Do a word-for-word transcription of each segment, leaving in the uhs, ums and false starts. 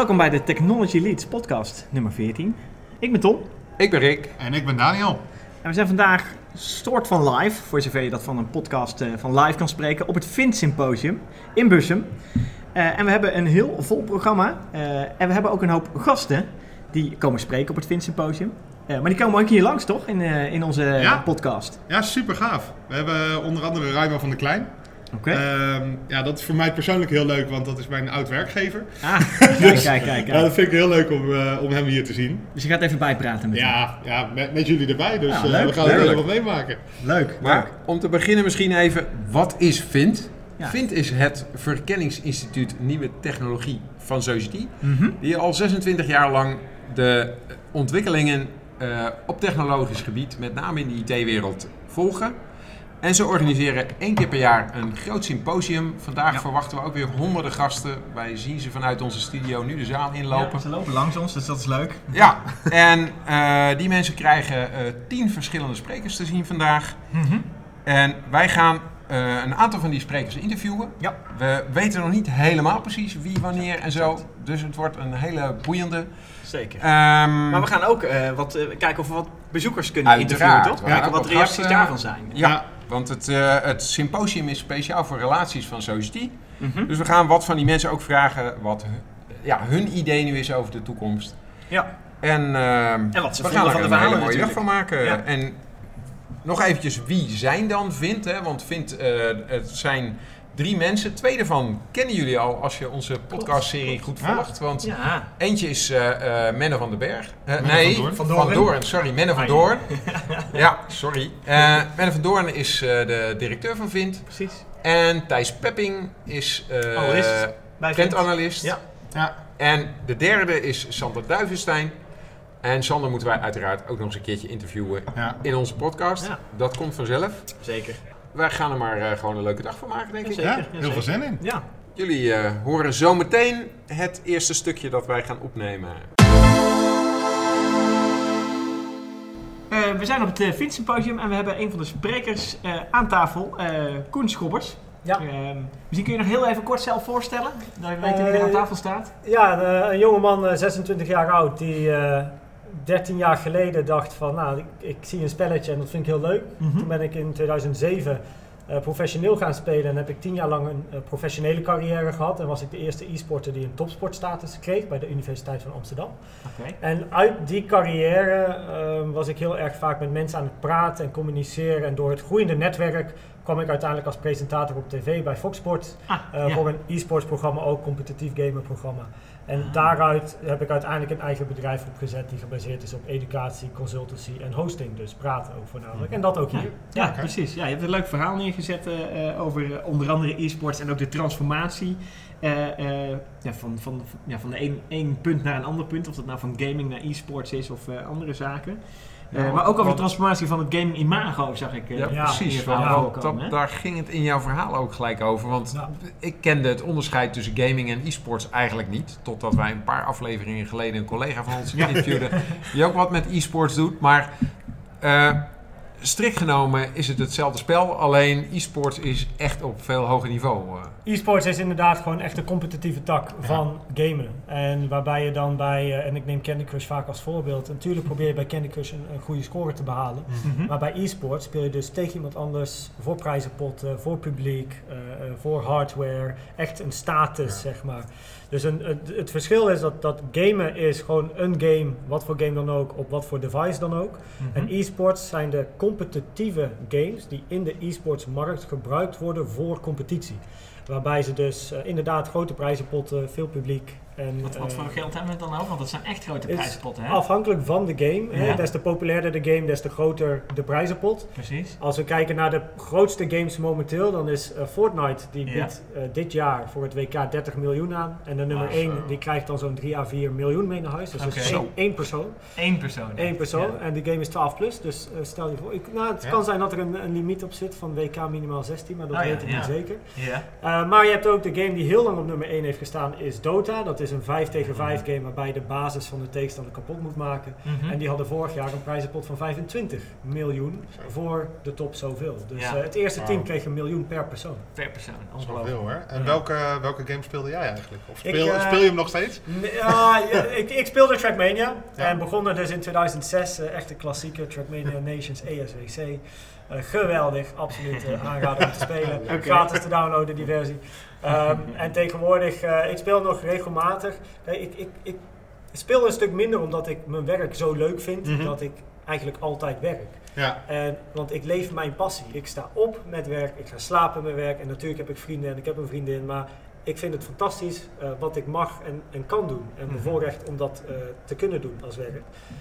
Welkom bij de Technology Leads podcast nummer veertien. Ik ben Tom. Ik ben Rick. En ik ben Daniel. En we zijn vandaag soort van live, voor zover je dat van een podcast uh, van live kan spreken, op het Vint Symposium in Bussum. Uh, en we hebben een heel vol programma. Uh, en we hebben ook een hoop gasten die komen spreken op het Vint Symposium. Uh, maar die komen ook een keer langs, toch? In, uh, in onze ja. podcast. Ja, super gaaf. We hebben onder andere Raimo van der Klein. Oké. Okay. Um, ja, dat is voor mij persoonlijk heel leuk, want dat is mijn oud werkgever. Ah, kijk, dus, kijk, kijk. Ja, dat vind ik heel leuk om, uh, om hem hier te zien. Dus je gaat even bijpraten met ja, hem? Ja, met, met jullie erbij. Dus ja, leuk, uh, we gaan leuk. er helemaal meemaken. Leuk, maar leuk. Om te beginnen misschien even, wat is Vint? Ja. Vint is het Verkenningsinstituut Nieuwe Technologie van Society. Mm-hmm. Die al zesentwintig jaar lang de ontwikkelingen uh, op technologisch gebied, met name in de I T-wereld, volgen. En ze organiseren één keer per jaar een groot symposium. Vandaag ja. verwachten we ook weer honderden gasten. Wij zien ze vanuit onze studio nu de zaal inlopen. Ja, ze lopen langs ons, dus dat is leuk. Ja, en uh, die mensen krijgen uh, tien verschillende sprekers te zien vandaag. Mm-hmm. En wij gaan uh, een aantal van die sprekers interviewen. Ja. We weten nog niet helemaal precies wie, wanneer en zo. Dus het wordt een hele boeiende. Zeker. Um, maar we gaan ook uh, wat, uh, kijken of we wat bezoekers kunnen interviewen, toch? Kijken wat reacties gasten, daarvan zijn. Ja, ja. Want het, uh, het symposium is speciaal voor relaties van Society. Mm-hmm. Dus we gaan wat van die mensen ook vragen wat ja, hun idee nu is over de toekomst. Ja. En, uh, en wat ze we gaan er van de een hele mooie natuurlijk. dag van maken. Ja. En nog eventjes, wie zijn dan Vint? Hè? Want Vint, uh, het zijn drie mensen. Twee daarvan kennen jullie al als je onze podcastserie goed volgt. Want ja. eentje is uh, uh, Menne van den Berg. Uh, Menne nee, van Doorn. Van Doorn. Van Doorn. Sorry, Menne van Doorn. Ja, sorry. Uh, Menne van Doorn is uh, de directeur van Vint. Precies. En Thijs Pepping is uh, trendanalist. Ja. Ja. En de derde is Sander Duivenstein. En Sander moeten wij uiteraard ook nog eens een keertje interviewen ja. in onze podcast. Ja. Dat komt vanzelf. Zeker. Wij gaan er maar uh, gewoon een leuke dag van maken, denk ik. Zeker, Ja, ja, heel zeker. veel zin in. Ja. Jullie uh, horen zometeen het eerste stukje dat wij gaan opnemen. Uh, we zijn op het uh, Vint Symposium en we hebben een van de sprekers uh, aan tafel, uh, Koen Schobbers. Ja. Uh, misschien kun je nog heel even kort zelf voorstellen, dat je weet wie er aan tafel staat. Ja, een jongeman, zesentwintig jaar oud, die uh, dertien jaar geleden dacht van, nou, ik, ik zie een spelletje en dat vind ik heel leuk. Mm-hmm. Toen ben ik in tweeduizend zeven uh, professioneel gaan spelen en heb ik tien jaar lang een uh, professionele carrière gehad. En was ik de eerste e-sporter die een topsportstatus kreeg bij de Universiteit van Amsterdam. Okay. En uit die carrière uh, was ik heel erg vaak met mensen aan het praten en communiceren. En door het groeiende netwerk kwam ik uiteindelijk als presentator op tv bij Fox Sport. Ah, uh, ja. Voor een e-sports programma, ook competitief gamer programma. En Ah. daaruit heb ik uiteindelijk een eigen bedrijf opgezet die gebaseerd is op educatie, consultancy en hosting. Dus praten ook voornamelijk. En dat ook hier. Ja, ja okay. Precies. Ja, je hebt een leuk verhaal neergezet uh, over uh, onder andere e-sports en ook de transformatie. Uh, uh, ja, van, van, ja, van de een, een punt naar een ander punt. Of dat nou van gaming naar e-sports is of uh, andere zaken. Uh, ja, maar ook over de transformatie van het gaming imago, zag ik. Uh, ja, ja, precies. ja, Want ja, dat, dat, daar ging het in jouw verhaal ook gelijk over. Want ja. ik kende het onderscheid tussen gaming en e-sports eigenlijk niet. Totdat wij een paar afleveringen geleden een collega van ons ja. interviewden. Die ook wat met e-sports doet. Maar uh, strikt genomen is het hetzelfde spel. Alleen e-sports is echt op veel hoger niveau. Uh. E-sports is inderdaad gewoon echt een competitieve tak ja. van gamen. En waarbij je dan bij, uh, en ik neem Candy Crush vaak als voorbeeld. Natuurlijk probeer je bij Candy Crush een, een goede score te behalen. Mm-hmm. Maar bij e-sports speel je dus tegen iemand anders, voor prijzenpotten, voor publiek, uh, uh, voor hardware. Echt een status, ja. zeg maar. Dus een, het, het verschil is dat, dat gamen is gewoon een game, wat voor game dan ook, op wat voor device dan ook. Mm-hmm. En e-sports zijn de competitieve games die in de e-sports markt gebruikt worden voor competitie. Waarbij ze dus uh, inderdaad grote prijzenpotten, veel publiek. En, wat, wat voor uh, geld hebben we het dan over? Want dat zijn echt grote prijzenpotten, hè? Afhankelijk van de game. Ja. Hè? Des te populairder de game, des te groter de prijzenpot. Precies. Als we kijken naar de grootste games momenteel, dan is uh, Fortnite, die ja. biedt uh, dit jaar voor het W K dertig miljoen aan. En de nummer één, die krijgt dan zo'n drie à vier miljoen mee naar huis. Dus okay. dat is één, één persoon. Eén persoon. Eén persoon. Ja. En de game is twaalf plus, dus uh, stel je voor. Ik, nou, het ja. kan zijn dat er een, een limiet op zit van W K minimaal zestien, maar dat oh, weet ja, ik ja. niet zeker. Ja. Uh, maar je hebt ook de game die heel lang op nummer één heeft gestaan, is Dota. Dat is een vijf tegen vijf game waarbij je de basis van de tegenstander kapot moet maken. Mhm. En die hadden vorig jaar een prijzenpot van vijfentwintig miljoen voor de top zoveel. Dus Ja. uh, het eerste Wow. team kreeg een miljoen per persoon. Per persoon, Dat is wel ongelooflijk. veel hoor. En Ja. welke, welke game speelde jij eigenlijk? Of Ik, speel, uh, speel je hem nog steeds? Nee, ja, ja, ik, ik speelde Trackmania Ja. en begon er dus in tweeduizend zes, uh, echt een klassieke Trackmania Nations E S W C. Uh, geweldig, absoluut uh, aanraden om te spelen. Oké. Gratis te downloaden, die versie. Um, en tegenwoordig, uh, ik speel nog regelmatig. Kijk, ik, ik, ik speel een stuk minder omdat ik mijn werk zo leuk vind Mhm. dat ik eigenlijk altijd werk. Ja. En, want ik leef mijn passie. Ik sta op met werk, ik ga slapen met werk. En natuurlijk heb ik vrienden en ik heb een vriendin. Maar ik vind het fantastisch uh, wat ik mag en, en kan doen. En Mhm. bevoorrecht om dat uh, te kunnen doen als werk.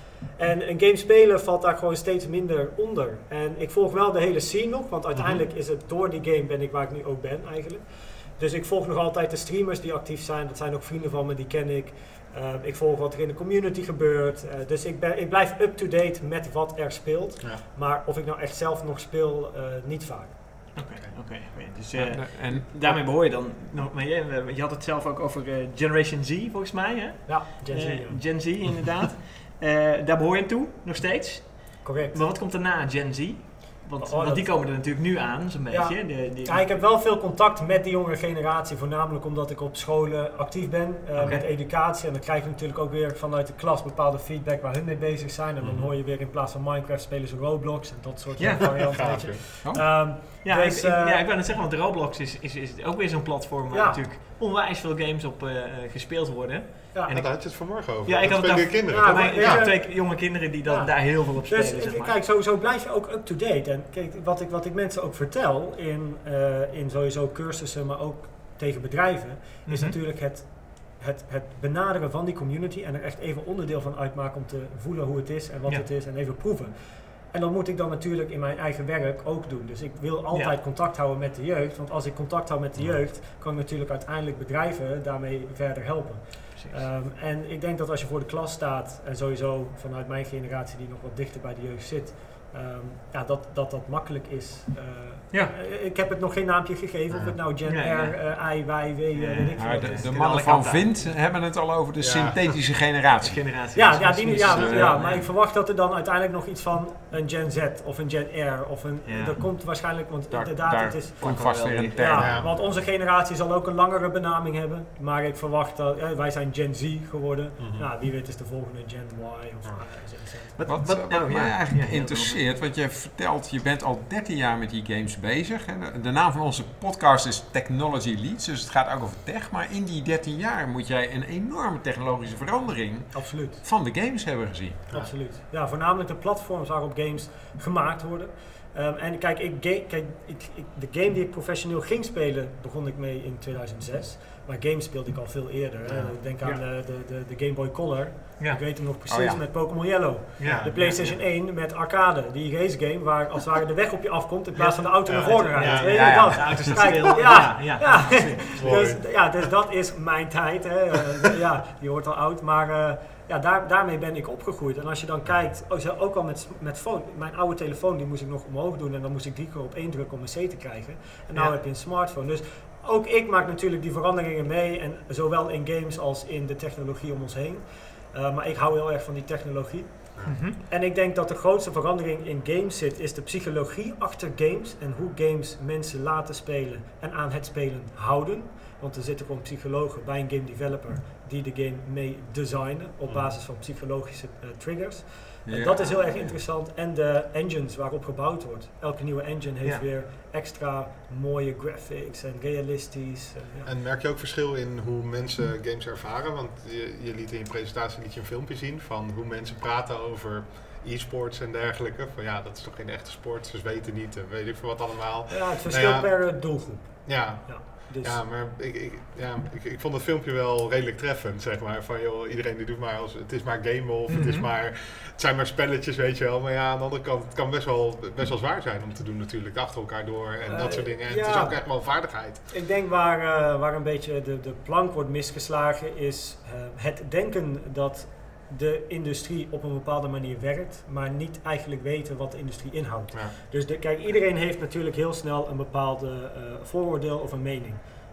En een game spelen valt daar gewoon steeds minder onder. En ik volg wel de hele scene nog. Want uiteindelijk is het door die game ben ik waar ik nu ook ben eigenlijk. Dus ik volg nog altijd de streamers die actief zijn. Dat zijn ook vrienden van me, die ken ik. Uh, ik volg wat er in de community gebeurt. Uh, dus ik, ben, ik blijf up-to-date met wat er speelt. Ja. Maar of ik nou echt zelf nog speel, uh, niet vaak. Oké, oké. oké. Dus uh, En, en daarmee behoor je dan nog, maar je, je had het zelf ook over uh, Generation Z volgens mij, hè? Ja, Gen Z. Eh, ja. Gen Z inderdaad. Uh, daar behoor je aan toe, nog steeds. Correct. Maar wat komt daarna Gen Z? Want, Oh, want dat- die komen er natuurlijk nu aan, zo'n Ja. beetje. De, die, Ja, ik heb wel veel contact met de jongere generatie, voornamelijk omdat ik op scholen actief ben uh, Oké. met educatie. En dan krijg je natuurlijk ook weer vanuit de klas bepaalde feedback waar hun mee bezig zijn. En dan Mhm. hoor je weer in plaats van Minecraft spelen ze Roblox en dat soort Ja. varianten. Gaaf, weet je. joh. Oh. Um, ja, dus, ik, ik- eh, ja, ik wou net zeggen, want Roblox is, is, is ook weer zo'n platform waar Ja. natuurlijk onwijs veel games op uh, gespeeld worden. ja. En daar had je het vanmorgen over. Ja, ik dat had het spelen daar- kinderen. Ja, toch? Maar maar- ik heb ja. twee jonge kinderen die dan Ja. daar heel veel op spelen, Dus zeg ik- maar. kijk, sowieso blijf je ook up-to-date. En kijk, wat ik, wat ik mensen ook vertel in, uh, in sowieso cursussen, maar ook tegen bedrijven, is Mhm. natuurlijk het, het, het benaderen van die community en er echt even onderdeel van uitmaken om te voelen hoe het is en wat Ja. het is en even proeven. En dat moet ik dan natuurlijk in mijn eigen werk ook doen. Dus ik wil altijd Ja. contact houden met de jeugd. Want als ik contact hou met de jeugd, kan ik natuurlijk uiteindelijk bedrijven daarmee verder helpen. Precies. Um, en ik denk dat als je voor de klas staat, en sowieso vanuit mijn generatie die nog wat dichter bij de jeugd zit, um, ja, dat, dat dat makkelijk is. Uh, Ja. uh, ik heb het nog geen naampje gegeven, of het nou Gen Ja, ja. R, uh, I, wij, W, uh, Ja, weet ik maar veel de, wat is. de kan mannen alle van kanten Vint hebben het al over de Ja. synthetische generatie. generatie. Ja, Dus ja, die, misschien ja, is, uh, ja, ja. maar ik verwacht dat er dan uiteindelijk nog iets van een Gen Z of een Gen R of een... Ja. Er komt waarschijnlijk, want Daar, inderdaad, daar het is... komt vast weer een term. Ja, Ja. want onze generatie zal ook een langere benaming hebben. Maar ik verwacht dat... Ja, wij zijn Gen Z geworden. Mhm. Nou, wie weet is de volgende Gen Y of Ja. uh, Gen Z. Wat, Wat, wat, wat oh, mij ja. eigenlijk Ja, heel interesseert, want je vertelt, je bent al dertien jaar met die games bezig. Hè. De, de naam van onze podcast is Technology Leads, dus het gaat ook over tech. Maar in die dertien jaar moet jij een enorme technologische verandering Absoluut. van de games hebben gezien. Ja. Absoluut. Ja, voornamelijk de platforms waarop games gemaakt worden. Um, en kijk, ik ga- kijk ik, ik, de game die ik professioneel ging spelen, begon ik mee in tweeduizend zes. Maar games speelde ik al veel eerder. Hè. Ja. Ik denk aan Ja. de, de, de, de Game Boy Color. Ja. Ik weet hem nog precies, Oh ja. met Pokémon Yellow. Ja. De PlayStation één met arcade, die race game waar als het ware de weg op je afkomt in plaats van de auto Ja. naar voren rijdt. Ja, Weet je ja, ja. dat? De auto staat Kijk, stil. ja, Ja, ja. ja. Mooi. Dus, ja, dus dat is mijn tijd. Hè. Uh, ja, die wordt al oud, maar uh, ja, daar, daarmee ben ik opgegroeid. En als je dan kijkt, oh, zo- ook al met, met phone, mijn oude telefoon die moest ik nog omhoog doen en dan moest ik drie keer op één drukken om een C te krijgen. En nu Ja. heb je een smartphone. Dus ook ik maak natuurlijk die veranderingen mee, en zowel in games als in de technologie om ons heen. Uh, maar ik hou heel erg van die technologie. Mhm. En ik denk dat de grootste verandering in games zit, is de psychologie achter games en hoe games mensen laten spelen en aan het spelen houden. Want er zitten gewoon psychologen bij een game developer die de game mee designen op basis van psychologische uh, triggers. En Ja. dat is heel erg interessant. En de engines waarop gebouwd wordt. Elke nieuwe engine heeft Ja. weer extra mooie graphics en realistisch. En, ja. En merk je ook verschil in hoe mensen games ervaren? Want je, je liet in je presentatie liet je een filmpje zien van hoe mensen praten over e-sports en dergelijke. Van ja, dat is toch geen echte sport, ze weten niet, en weet ik veel wat allemaal. Ja, het verschilt Nou ja. per uh, doelgroep. Ja, Dus ja maar ik, ik, ja, ik, ik vond het filmpje wel redelijk treffend, zeg maar. Van joh, iedereen die doet maar als het is maar gamen of het, is Mhm. maar, het zijn maar spelletjes, weet je wel. Maar ja, aan de andere kant, het kan best wel, best wel zwaar zijn om te doen natuurlijk, achter elkaar door en Uh, dat soort dingen. En ja. het is ook echt wel een vaardigheid. Ik denk waar, uh, waar een beetje de, de plank wordt misgeslagen is uh, het denken dat de industrie op een bepaalde manier werkt, maar niet eigenlijk weten wat de industrie inhoudt. Ja. Dus de, kijk, iedereen heeft natuurlijk heel snel een bepaalde uh, vooroordeel of een mening.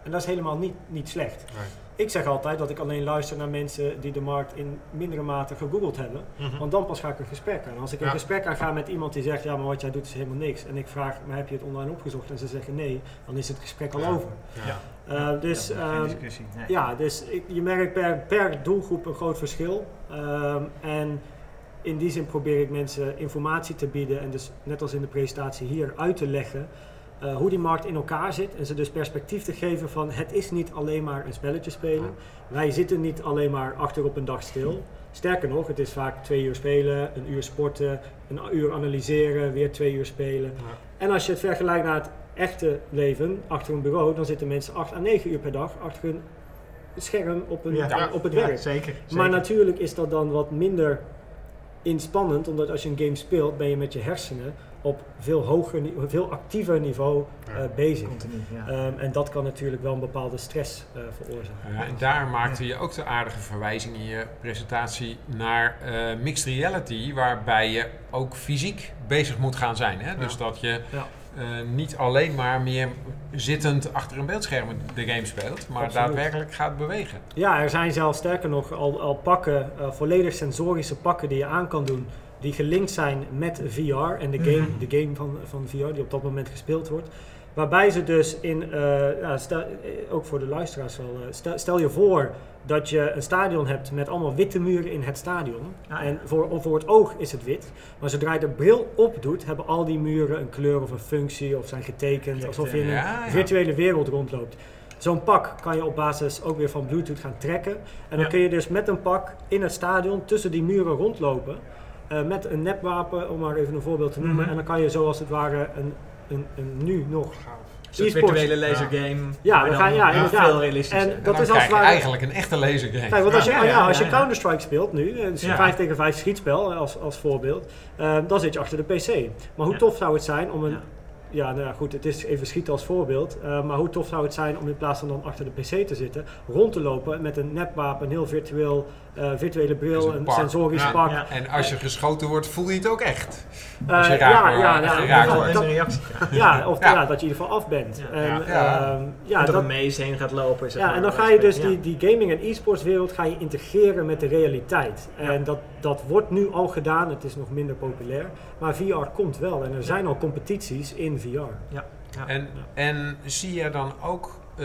En dat is helemaal niet, niet slecht. Nee. Ik zeg altijd dat ik alleen luister naar mensen die de markt in mindere mate gegoogeld hebben. Mhm. Want dan pas ga ik een gesprek aan. Als ik een Ja. gesprek aanga met iemand die zegt, ja, maar wat jij doet is helemaal niks. En ik vraag, maar heb je het online opgezocht? En ze zeggen nee, dan is het gesprek al Ja. over. Ja. Uh, dus Dat is geen um, discussie. Nee. ja, dus ik, je merkt per, per doelgroep een groot verschil. Um, en in die zin probeer ik mensen informatie te bieden en dus net als in de presentatie hier uit te leggen uh, hoe die markt in elkaar zit. En ze dus perspectief te geven van het is niet alleen maar een spelletje spelen. Wij zitten niet alleen maar achter op een dag stil. Sterker nog, het is vaak twee uur spelen, een uur sporten, een uur analyseren, weer twee uur spelen. Ja. En als je het vergelijkt naar het echte leven achter een bureau, dan zitten mensen acht à negen uur per dag achter een scherm op, een, Ja. op het Ja, werk. zeker, zeker. Maar natuurlijk is dat dan wat minder inspannend, omdat als je een game speelt, ben je met je hersenen op veel hoger, ni- veel actiever niveau uh, Ja. bezig. Continu, ja. Um, en dat kan natuurlijk wel een bepaalde stress uh, veroorzaken. Ja, en daar maakte je ook de aardige verwijzing in je presentatie naar uh, mixed reality, waarbij je ook fysiek bezig moet gaan zijn. Hè? Ja. Dus dat je Ja. uh, niet alleen maar meer zittend achter een beeldscherm de game speelt, maar Absoluut. daadwerkelijk gaat bewegen. Ja, er zijn zelfs sterker nog al, al pakken, uh, volledig sensorische pakken die je aan kan doen, die gelinkt zijn met V R en de game, Mhm. de game van, van V R die op dat moment gespeeld wordt. Waarbij ze dus in, uh, ja, stel, ook voor de luisteraars wel, uh, stel, stel je voor dat je een stadion hebt met allemaal witte muren in het stadion. Ah, ja. En voor, voor het oog is het wit. Maar zodra je de bril opdoet, hebben al die muren een kleur of een functie of zijn getekend. Alsof je in een Ja, ja. virtuele wereld rondloopt. Zo'n pak kan je op basis ook weer van Bluetooth gaan trekken. En dan Ja. kun je dus met een pak in het stadion tussen die muren rondlopen. Uh, met een nepwapen, om maar even een voorbeeld te noemen. Mhm. En dan kan je zoals het ware een, een, een nu nog Gaaf. Een soort e-sports. virtuele lasergame. Ja, maar we dan gaan- ja, nog inderdaad. veel realistischer. En En dat dan is als krijg het je ware... eigenlijk een echte lasergame. Kijk, want als je, Ja, oh ja, ja, als je ja, ja. Counter-Strike speelt nu, een Ja. vijf tegen vijf schietspel als, als voorbeeld, uh, dan zit je achter de P C. Maar hoe Ja. tof zou het zijn om een... Ja. Ja, nou ja, goed, het is even schieten als voorbeeld. Uh, maar hoe tof zou het zijn om in plaats van dan achter de P C te zitten, rond te lopen met een nepwapen, een heel virtueel, uh, virtuele bril, Zo'n een pak. sensorisch Ja. pak. Ja. En als je geschoten wordt, voel je het ook echt. Uh, Als je ja, raakt wordt, ja, als je ja, raakt dat- wordt. Dat dat- is een reactie. krijgen. ja, of Ja. ja, dat je in ieder geval af bent. Ja. En, Ja. ehm, ja, Ja, dat dat, een mees heen gaat lopen. Zeg ja, maar, en dan bij ga je dus spreken. die, die gaming- en e-sports wereld ga je integreren met de realiteit. En Ja. dat, dat wordt nu al gedaan, het is nog minder populair. Maar V R komt wel en er zijn al competities in V R. Ja. Ja. En, en zie je dan ook uh,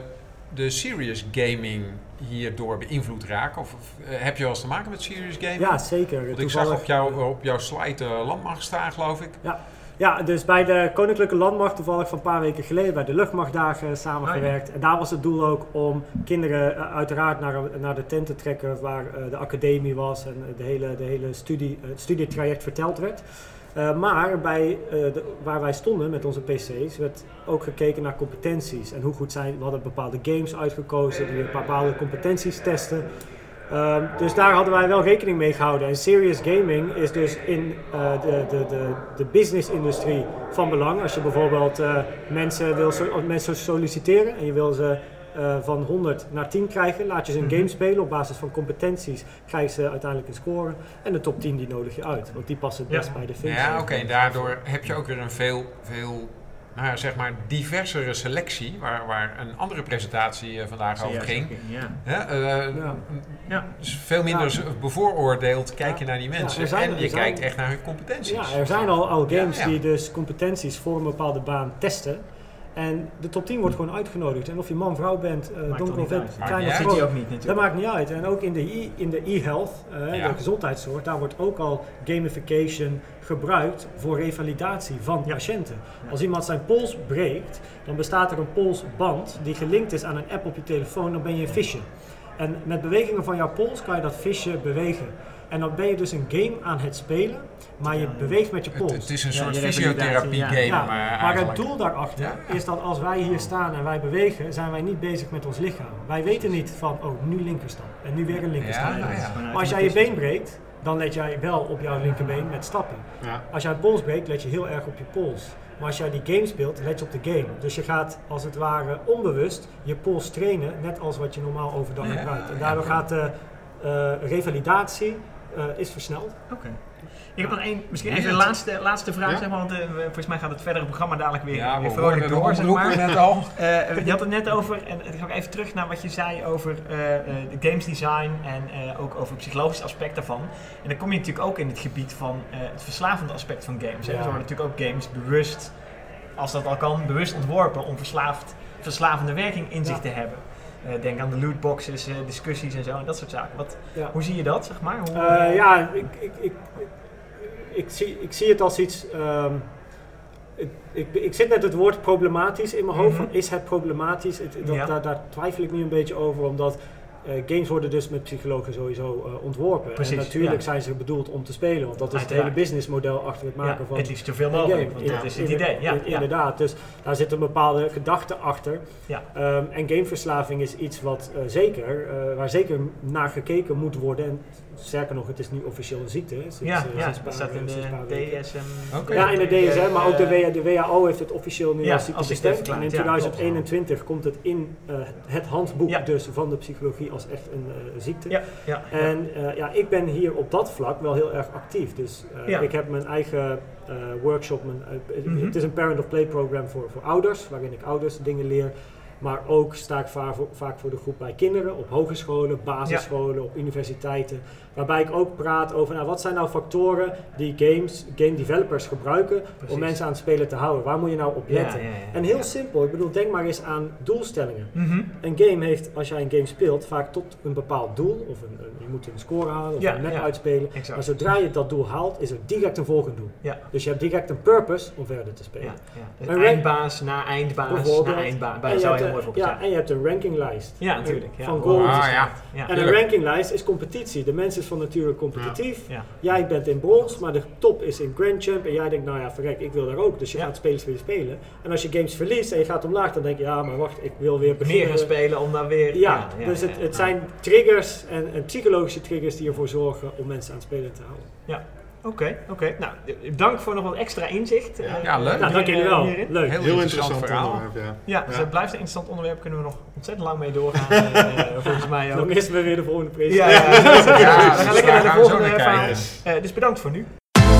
de serious gaming hierdoor beïnvloed raken? Of, of uh, heb je wel eens te maken met serious gaming? Ja, zeker. Want ik zag op, jou, op jouw slide uh, landmacht staan, geloof ik. Ja, dus bij de Koninklijke Landmacht, toevallig van een paar weken geleden, bij de luchtmachtdagen samengewerkt. En daar was het doel ook om kinderen uh, uiteraard naar, naar de tent te trekken waar uh, de academie was en de hele, de hele studie, uh, het studietraject verteld werd. Uh, maar bij, uh, de, waar wij stonden met onze P C's werd ook gekeken naar competenties. En hoe goed zijn, we hadden bepaalde games uitgekozen die bepaalde competenties testen. Uh, dus daar hadden wij wel rekening mee gehouden. En serious gaming is dus in uh, de, de, de, de business-industrie van belang. Als je bijvoorbeeld uh, mensen wil so- mensen solliciteren en je wil ze uh, van honderd naar tien krijgen, laat je ze een game spelen. Op basis van competenties krijgen ze uiteindelijk een score. En de top tien die nodig je uit, want die passen het best Ja. bij de functie. Ja, oké. Okay. Daardoor heb je ook weer een veel, veel nou ja, zeg maar diversere selectie, waar, waar een andere presentatie uh, vandaag Zie over jij ging. zo, Ja. Hè, uh, Ja. Ja. Dus veel minder Ja. bevooroordeeld kijk je Ja. naar die mensen. Ja, er zijn- en je er zijn- kijkt echt naar hun competenties. Ja, er zijn al, al games Ja, ja. die dus competenties voor een bepaalde baan testen. En de top tien wordt gewoon uitgenodigd. En of je man, vrouw bent, uh, Maakt donker toch of niet wit, uit. Maakt klein niet of uit. Dat ziet groot. hij ook niet Dat natuurlijk. maakt niet uit. En ook in de e- in de e-health, uh, Ja. de gezondheidszorg, daar wordt ook al gamification gebruikt voor revalidatie van Ja. patiënten. Ja. Als iemand zijn pols breekt, dan bestaat er een polsband die gelinkt is aan een app op je telefoon, dan ben je een visje. En met bewegingen van jouw pols kan je dat visje bewegen. En dan ben je dus een game aan het spelen, maar je Ja. beweegt met je Het, pols. het is een Ja, soort je fysiotherapie revalidatie, game. ja. Ja, maar maar eigenlijk. het doel daarachter Ja. is dat als wij hier staan en wij bewegen, zijn wij niet bezig met ons lichaam. Wij weten niet van, oh, nu linkerstap en nu weer een linkerstap. Ja, Ja, ja. Maar als jij je been breekt, dan let jij wel op jouw linkerbeen met stappen. Ja. Als jij een pols breekt, let je heel erg op je pols. Maar als jij die game speelt, let je op de game. Dus je gaat als het ware onbewust je pols trainen, net als wat je normaal overdag Ja, gebruikt. En ja. daardoor gaat de uh, revalidatie uh, is versneld. Oké. Ik heb nog één, misschien Nee, even een het- laatste, laatste vraag, Ja? zeg maar, want uh, we- volgens mij gaat het verdere programma dadelijk weer, Ja, weer we vrolijk hoorden de door, zeg oproepen maar. net al. Uh, je had het net over, en dan ga ik even terug naar wat je zei over uh, uh, de games design en uh, ook over het psychologische aspect daarvan. En dan kom je natuurlijk ook in het gebied van uh, het verslavende aspect van games. Hè. Ja. Er worden natuurlijk ook games bewust, als dat al kan, bewust ontworpen om verslaafd, verslavende werking in zich Ja. te hebben. Uh, denk aan de lootboxes, uh, discussies en zo en dat soort zaken. Wat, Ja. Hoe zie je dat, zeg maar? Hoe, Uh, uh, ja, ik, ik, ik, ik, ik, zie, ik zie het als iets... Um, ik, ik, ik zit met het woord problematisch in mijn hoofd. Mhm. Van, is het problematisch? Het, dat, Ja. daar, daar twijfel ik nu een beetje over, omdat uh, games worden dus met psychologen sowieso uh, ontworpen. Precies, en natuurlijk ja. zijn ze bedoeld om te spelen, want dat is Uiteraard. het hele businessmodel achter het maken ja, van het liefst zoveel een mogelijk, game. want Ja, dat is het inder- idee. Ja, in- ja. Inderdaad, dus daar zit een bepaalde gedachte achter. Ja. Um, en gameverslaving is iets wat uh, zeker, uh, waar zeker naar gekeken moet worden. En sterker nog, het is nu officieel een ziekte. Sinds, Ja, uh, ja, sinds dat paar- staat in sinds een paar de weken. D S M. Oké. Ja, in de D S M, maar ook de, Eh, W- de W H O heeft het officieel nu ja, als ziekte als ziekte bestemd. En in verklaard, ja, twintig eenentwintig komt het in uh, het handboek Ja. dus van de psychologie als echt een uh, ziekte. Ja, ja. En uh, ja, ik ben hier op dat vlak wel heel erg actief. Dus uh, Ja. ik heb mijn eigen uh, workshop. Mijn, uh, Mhm. Het is een parent of play program voor, voor ouders, waarin ik ouders dingen leer. Maar ook sta ik vaak voor, vaak voor de groep bij kinderen, op hogescholen, basisscholen, op universiteiten. Waarbij ik ook praat over nou, wat zijn nou factoren die games, game developers gebruiken Precies. om mensen aan het spelen te houden. Waar moet je nou op letten? Ja, ja, ja, En heel ja. simpel, ik bedoel, denk maar eens aan doelstellingen. Mhm. Een game heeft, als jij een game speelt, vaak tot een bepaald doel. Of een, een- je moet een score halen of Ja, een map ja. uitspelen. Exact. Maar zodra je dat doel haalt, is er direct een volgend doel. Ja. Dus je hebt direct een purpose om verder te spelen. Ja, ja. Een rank- Eindbaas na eindbaas Bijvoorbeeld. na eindbaas. En Dat je zou hebt heel een- mooi voorbeeld ja, zijn. en je hebt een rankinglijst. Ja, natuurlijk. Ja. Van Wow. goals. Ah, ja. Ja. En een Tuurlijk. rankinglijst is competitie. De mens is van nature competitief. Ja. Jij bent in brons, maar de top is in Grand Champ. En jij denkt, nou ja, verrek, ik wil daar ook. Dus je Ja. gaat spelen, spelen, spelen. En als je games verliest en je gaat omlaag, dan denk je, ja, maar wacht, ik wil weer beginnen. Meer gaan spelen om dan weer... Ja, ja, dus ja, het, ja. het zijn triggers en, en psychologische triggers die ervoor zorgen om mensen aan het spelen te houden. Oké, oké. Nou, dank voor nog wat extra inzicht. Ja. eh, Ja, leuk. Nou, dank jullie wel. hierin. Leuk. Heel, Heel interessant, interessant verhaal. onderwerp, ja. Ja, dus Ja. het blijft een interessant onderwerp. Kunnen we nog ontzettend lang mee doorgaan. eh, volgens mij Dan ook. missen we weer de volgende Ja, presentatie. ja, ja. Ja, We gaan dus lekker daar naar de gaan we zo volgende naar verhaal. kijken. Eh, dus bedankt voor nu.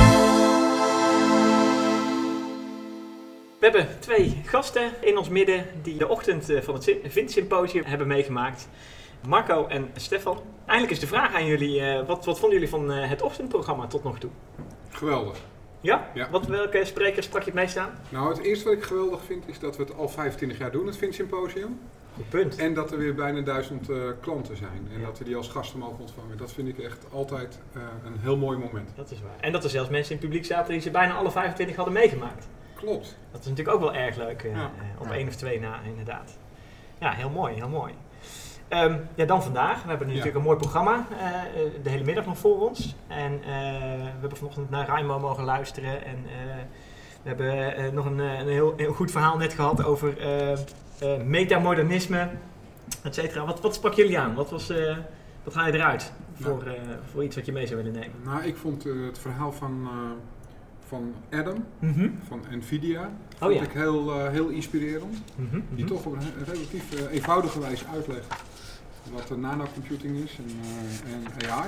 We hebben twee gasten in ons midden die de ochtend eh, van het Sim- Vint Symposium hebben meegemaakt. Marco en Stefan. Eindelijk is de vraag aan jullie. eh, wat, wat vonden jullie van eh, het ochtendprogramma tot nog toe? Geweldig. Ja? Ja. Wat, welke sprekers sprak je het meest aan? Nou, het eerste wat ik geweldig vind is dat we het al vijfentwintig jaar doen, het Vint Symposium. Goed punt. En dat er weer bijna duizend uh, klanten zijn. En Ja. dat we die als gasten mogen ontvangen. Dat vind ik echt altijd uh, een heel mooi moment. Dat is waar. En dat er zelfs mensen in het publiek zaten die ze bijna alle vijfentwintig hadden meegemaakt. Klopt. Dat is natuurlijk ook wel erg leuk, eh, Ja. eh, op Ja. één of twee na inderdaad. Ja, heel mooi, heel mooi. Ehm, ja, dan vandaag. We hebben nu Ja. natuurlijk een mooi programma, eh, eh, de hele middag nog voor ons. En eh, we hebben vanochtend naar Raimo mogen luisteren. En eh, we hebben eh, nog een, eh, een heel, heel goed verhaal net gehad over eh, eh, metamodernisme, et cetera. Wat, wat sprak jullie aan? Wat, was, eh, wat haal je eruit voor, eh, voor iets wat je mee zou willen nemen? Nou, ik vond uh, het verhaal van, uh, van Adam, Mhm. van Nvidia, Oh vond ja. ik heel, uh, heel inspirerend. Mhm, Die mhm. toch op een he- relatief uh, eenvoudige wijze uitlegt wat uh, nanocomputing is en, uh, en A I.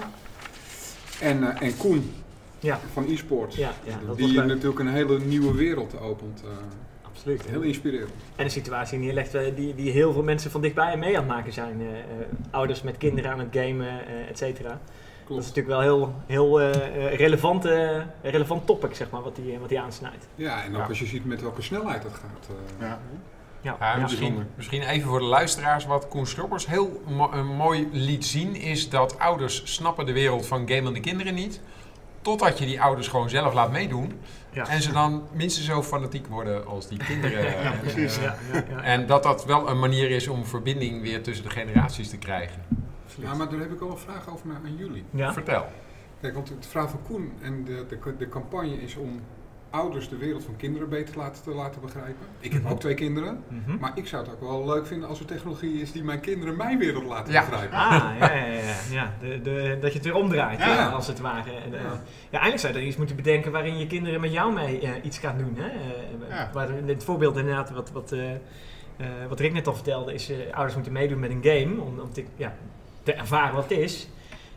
En, uh, en Koen Ja. van e-sport, Ja, ja, dat was die leuk. natuurlijk een hele nieuwe wereld opent. Uh, Absoluut. heel inspirerend. En een situatie neerlegt eh, die, die heel veel mensen van dichtbij mee aan het maken zijn. Eh, eh, ouders met kinderen aan het gamen, eh et cetera. Dat is Klopt. natuurlijk wel heel, heel eh, relevant, eh, relevant topic, zeg maar, wat die, wat die aansnijdt. Ja, en ook Ja. als je ziet met welke snelheid dat gaat. uh, Ja. Ja, Ja, ja. misschien, misschien even voor de luisteraars wat Koen Schroppers heel mo- eh, mooi liet zien is dat ouders snappen de wereld van gamende kinderen niet. Totdat je die ouders gewoon zelf laat meedoen. Ja. En ze dan minstens zo fanatiek worden als die kinderen. Ja, En, precies. eh, Ja, ja, ja. En dat dat wel een manier is om verbinding weer tussen de generaties te krijgen. Ja, maar daar heb ik al een vraag over naar, aan jullie. Ja? Vertel. Kijk, want het verhaal van Koen en de, de, de campagne is om ouders de wereld van kinderen beter te laten, te laten begrijpen. Ik heb Mhm. ook twee kinderen, Mhm. maar ik zou het ook wel leuk vinden als er technologie is die mijn kinderen mijn wereld laten Ja. begrijpen. Ah, ja, ja, ja. ja. De, de, dat je het weer omdraait, Ja. eh, als het ware. En, eh, Ja. ja, eigenlijk zou je er iets moeten bedenken waarin je kinderen met jou mee eh, iets gaan doen. Hè? Eh, Ja. waar, het voorbeeld inderdaad, wat, wat, eh, eh, wat Rick net al vertelde, is uh, ouders moeten meedoen met een game om, om te, ja, te ervaren wat het is.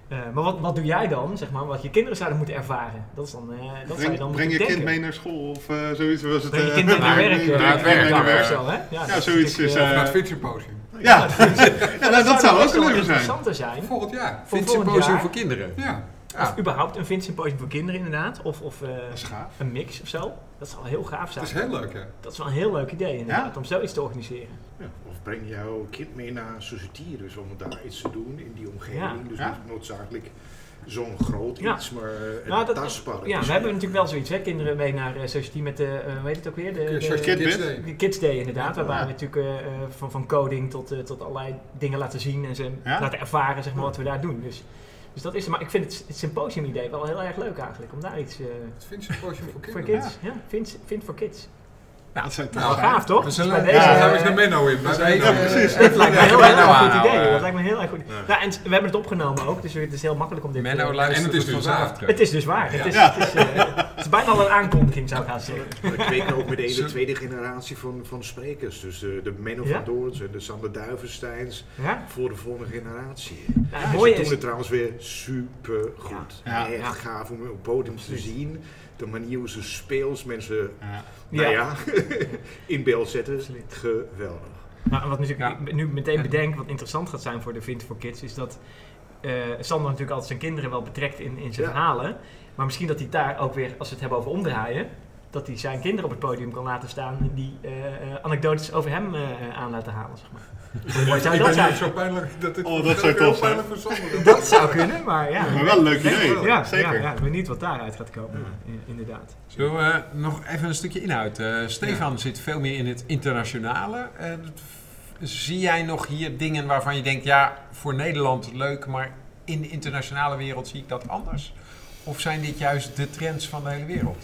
Uh, maar wat, wat doe jij dan, zeg maar, wat je kinderen zouden moeten ervaren? Dat is dan, uh, dat breng, zou je dan breng je denken. kind mee naar school of uh, zoiets? Was het, breng je uh, kind mee naar werk. Breng Uh, je kind mee naar werk. Of zo, hè? Ja, Ja, dat zoiets is... Of Uh, naar het Fietsymposium. ja, ja nou, dat zou ook wel leuk zijn. interessanter zijn. Volgend jaar. Voor Vind volgend symposium jaar. voor kinderen. Ja. Ja. Of überhaupt een Vinsymposium voor kinderen inderdaad. Of, of uh, Dat is gaaf. een mix of zo. Dat zal heel gaaf zijn. Dat is heel leuk, hè? Dat is wel een heel leuk idee inderdaad, Ja? om zoiets te organiseren. Ja, of breng jouw kind mee naar Society, dus om daar iets te doen in die omgeving. Ja. Dus Ja. niet noodzakelijk zo'n groot Ja. iets, maar een Nou, dat- tastbaar Ja, iets. we hebben natuurlijk wel zoiets, hè? Kinderen mee naar uh, Society met de, uh, hoe heet het ook weer? De, de, Kid Kids Bit. Day. de Kids Day inderdaad, waarbij Ja. we natuurlijk uh, uh, van, van coding tot, uh, tot allerlei dingen laten zien en ze Ja? laten ervaren, zeg maar, wat we daar doen. Dus, dus dat is het. Maar ik vind het, het symposium idee wel heel erg leuk eigenlijk, om daar iets uh, Het Fietsymposium voor voor kinderen. kids, ja, vind, vind voor kids. Ja, dat zijn Nou, toch gaaf toch? We Dus zullen- bij ja, deze, Daar Ja, heb uh, ik een Menno in. Bij Ja, Menno. Ja, precies. dat lijkt me een heel Menno erg goed aanhouden. idee. Dat lijkt me een heel erg goed. Ja. Nou, en we hebben het opgenomen ook, dus het is heel makkelijk om dit Menno te luistert En het is dus vanzelf waar. terug. Het is dus waar. Het is, Ja. het is, uh, het is bijna al een aankondiging, zou ik gaan zeggen. We kweken ook meteen de Zo- tweede generatie van, van sprekers. Dus de, de Menno Ja? van Doorns en de Sander Duivensteins Ja? voor de volgende generatie. Nou, het Ze mooie doen is, het trouwens weer super goed. Ja. Echt Ja. gaaf om op het podium te zien. De manier hoe ze speels mensen Ja. nou Ja. ja, in beeld zetten. Absoluut. Geweldig. nou, wat natuurlijk Ja. ik nu meteen bedenk, wat interessant gaat zijn voor de Vint for Kids, is dat uh, Sander natuurlijk altijd zijn kinderen wel betrekt in, in zijn Ja. verhalen. Maar misschien dat hij daar ook weer, als we het hebben over omdraaien, dat hij zijn kinderen op het podium kan laten staan die uh, uh, anekdotes over hem uh, aan laten halen, zeg maar. Hoe mooi zou Ik dat ben zijn? niet zo pijnlijk dat het Oh, dat zou heel tof zijn. pijnlijk voor Sander. Dat zou kunnen, maar ja. Maar wel een leuk idee. Ja, ja, Zeker. ja, benieuwd wat daaruit gaat komen, in- inderdaad. Zullen we nog even een stukje inhoud? Uh, Stefan zit veel meer in het internationale. Uh, zie jij nog hier dingen waarvan je denkt, ja, voor Nederland leuk, maar in de internationale wereld zie ik dat anders? Of zijn dit juist de trends van de hele wereld?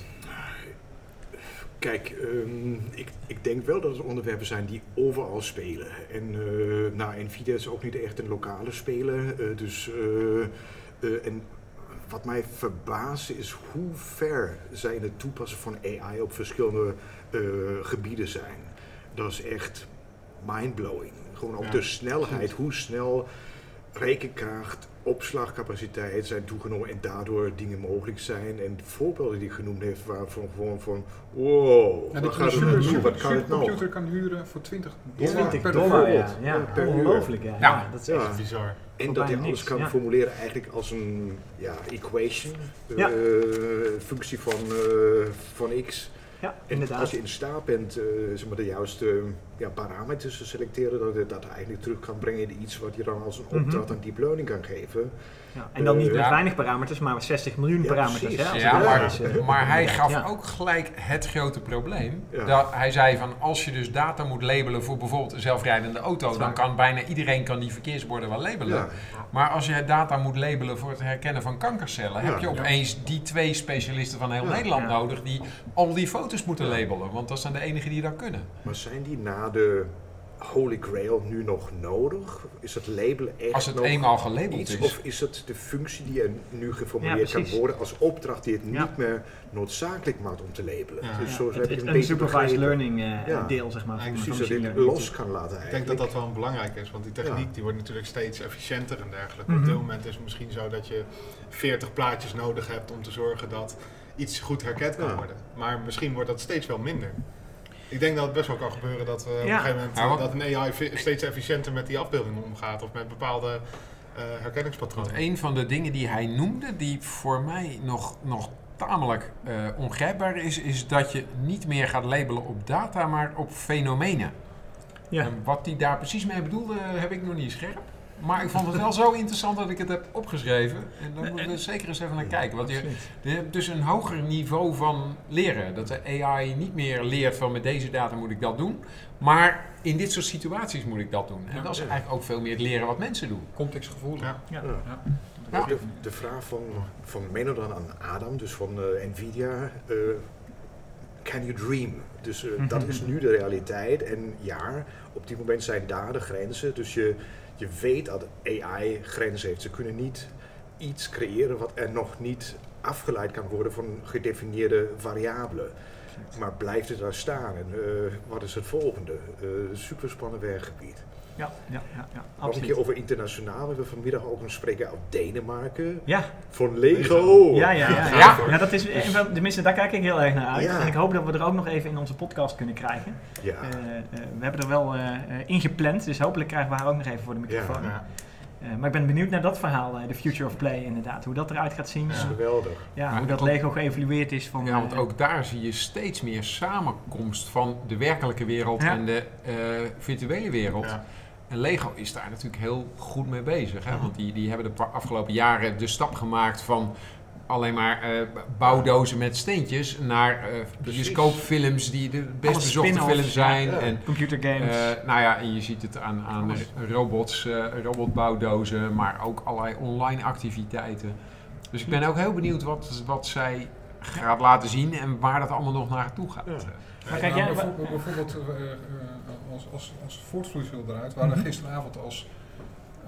Kijk, um, ik, ik denk wel dat het onderwerpen zijn die overal spelen. En uh, nou, Nvidia is ook niet echt een lokale speler. Uh, dus, uh, uh, en wat mij verbaast is hoe ver zij in het toepassen van A I op verschillende uh, gebieden zijn. Dat is echt mindblowing. Gewoon op Ja, de snelheid, hoe snel rekenkracht, opslagcapaciteit zijn toegenomen en daardoor dingen mogelijk zijn. En de voorbeelden die ik genoemd heb waren van gewoon van wow, Ja, wat dat gaat je er een naartoe, super, wat kan het nou? supercomputer kan huren voor twintig dollar twintig per dollar, ja. bijvoorbeeld. Ja, Ja, per uur. ongelooflijk, ja. Ja. Ja, dat is echt... Ja. Bizar. En Voor dat je bijna alles niks, kan ja. formuleren eigenlijk als een ja, equation, Ja. uh, functie van, uh, van x. Ja, En inderdaad. als je in staat bent uh, zeg maar de juiste uh, ja, parameters te selecteren, dat je dat eigenlijk terug kan brengen in iets wat je dan als een Mhm. opdracht aan deep learning kan geven. Ja, en dan niet met Ja. weinig parameters, maar met zestig miljoen Ja, parameters. precies. Hè, als Ja, het maar, is, eh, maar hij gaf ja. ook gelijk het grote probleem. Ja. Dat hij zei van, als je dus data moet labelen voor bijvoorbeeld een zelfrijdende auto, is dan waar. kan bijna iedereen kan die verkeersborden wel labelen. Ja. Maar als je data moet labelen voor het herkennen van kankercellen, Ja. heb je opeens die twee specialisten van heel Ja. Nederland Ja. nodig die al die foto's moeten Ja. labelen. Want dat zijn de enigen die dat kunnen. Maar zijn die na de Holy Grail nu nog nodig? Is het labelen echt Als het nog eenmaal gelabeld iets? is. Of is het de functie die er nu geformuleerd Ja, kan precies. worden als opdracht die het Ja. niet meer noodzakelijk maakt om te labelen? Ja. Dus Ja, zo het, heb ik het een beetje unsupervised begrepen. learning eh, Ja. deel, zeg maar. Ja, van- Precies, van dat machine je het learning. los kan laten Ik eigenlijk. denk dat dat wel belangrijk is, want die techniek Ja. die wordt natuurlijk steeds efficiënter en dergelijke. Mhm. Op dit moment is het misschien zo dat je veertig plaatjes nodig hebt om te zorgen dat iets goed herkend kan Ja. worden. Maar misschien wordt dat steeds wel minder. Ik denk dat het best wel kan gebeuren dat we op een Ja. gegeven moment Ja, wat- dat een A I ve- steeds efficiënter met die afbeeldingen omgaat of met bepaalde eh Want herkenningspatronen. een van de dingen die hij noemde, die voor mij nog, nog tamelijk eh, ongrijpbaar is, is dat je niet meer gaat labelen op data, maar op fenomenen. Ja. En wat hij daar precies mee bedoelde, heb ik nog niet scherp. Maar ik vond het wel zo interessant dat ik het heb opgeschreven. En daar moeten we zeker eens even naar kijken. Want je, Absoluut. je hebt dus een hoger niveau van leren. Dat de A I niet meer leert van met deze data moet ik dat doen. Maar in dit soort situaties moet ik dat doen. En Ja, dat is ja. eigenlijk ook veel meer het leren wat mensen doen. Contextgevoelig. Ja. Ja. Ja. Ja. De, de vraag van, van Menno dan aan Adam, dus van uh, Nvidia, uh, can you dream? Dus uh, Mhm. dat is nu de realiteit en ja, op dit moment zijn daar de grenzen. Dus je, je weet dat A I grenzen heeft. Ze kunnen niet iets creëren wat er nog niet afgeleid kan worden van gedefinieerde variabelen. Maar blijft het daar staan en uh, wat is het volgende? Uh, super spannend werkgebied. Ja, ja, ja, ja, Nog een absoluut. keer over internationaal. We hebben vanmiddag ook een spreker uit Denemarken. Ja. Van Lego. Ja, ja, ja, ja. Ja. ja dat is, een van- tenminste, daar kijk ik heel erg naar uit. Ja. En ik hoop dat we er ook nog even in onze podcast kunnen krijgen. Ja. Uh, uh, we hebben er wel uh, uh, ingepland, dus hopelijk krijgen we haar ook nog even voor de microfoon. Ja. Ja. Uh, maar ik ben benieuwd naar dat verhaal, uh, de Future of Play inderdaad. Hoe dat eruit gaat zien. Dat is Uh, geweldig. ja, Maar hoe dat ook- Lego geëvalueerd is van... Ja, want uh, ook daar zie je steeds meer samenkomst van de werkelijke wereld Ja. en de uh, virtuele wereld. Ja. En Lego is daar natuurlijk heel goed mee bezig. Hè? Ja. Want die, die hebben de pa- afgelopen jaren de stap gemaakt van alleen maar uh, bouwdozen met steentjes naar uh, bioscoopfilms die de best Alle bezochte spin-offs, films zijn. ja. En, computer games. uh, nou ja, en je ziet het aan, aan Alles. robots, uh, robotbouwdozen, maar ook allerlei online activiteiten. Dus ik ben ook heel benieuwd wat, wat zij gaat laten zien en waar dat allemaal nog naartoe gaat. Ja. maar kijk, Nou, jij... bijvoorbeeld bijvoorbeeld uh, uh, als, als, als voortvloeisel eruit. We hadden Mhm. gisteravond als uh,